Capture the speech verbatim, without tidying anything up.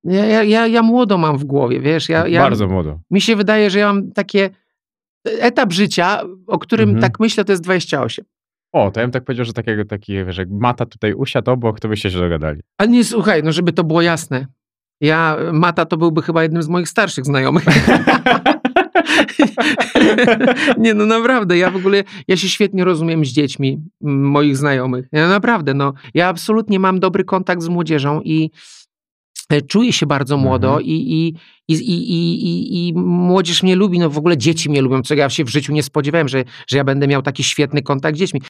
Ja, ja, ja, ja młodo mam w głowie, wiesz. Ja, ja, Bardzo młodo. Mi się wydaje, że ja mam takie... Etap życia, o którym Mhm. tak myślę, to jest dwadzieścia osiem. O, to ja bym tak powiedział, że takiego, taki, wiesz, jak Mata tutaj usiadł obok, to byście się dogadali. Ale nie, słuchaj, no żeby to było jasne. Ja, Mata to byłby chyba jednym z moich starszych znajomych. Nie, no naprawdę, ja w ogóle, ja się świetnie rozumiem z dziećmi moich znajomych. Ja naprawdę, no, ja absolutnie mam dobry kontakt z młodzieżą i czuję się bardzo młodo Mhm. i, i, i, i, i, i młodzież mnie lubi, no w ogóle dzieci mnie lubią, czego ja się w życiu nie spodziewałem, że, że ja będę miał taki świetny kontakt z dziećmi.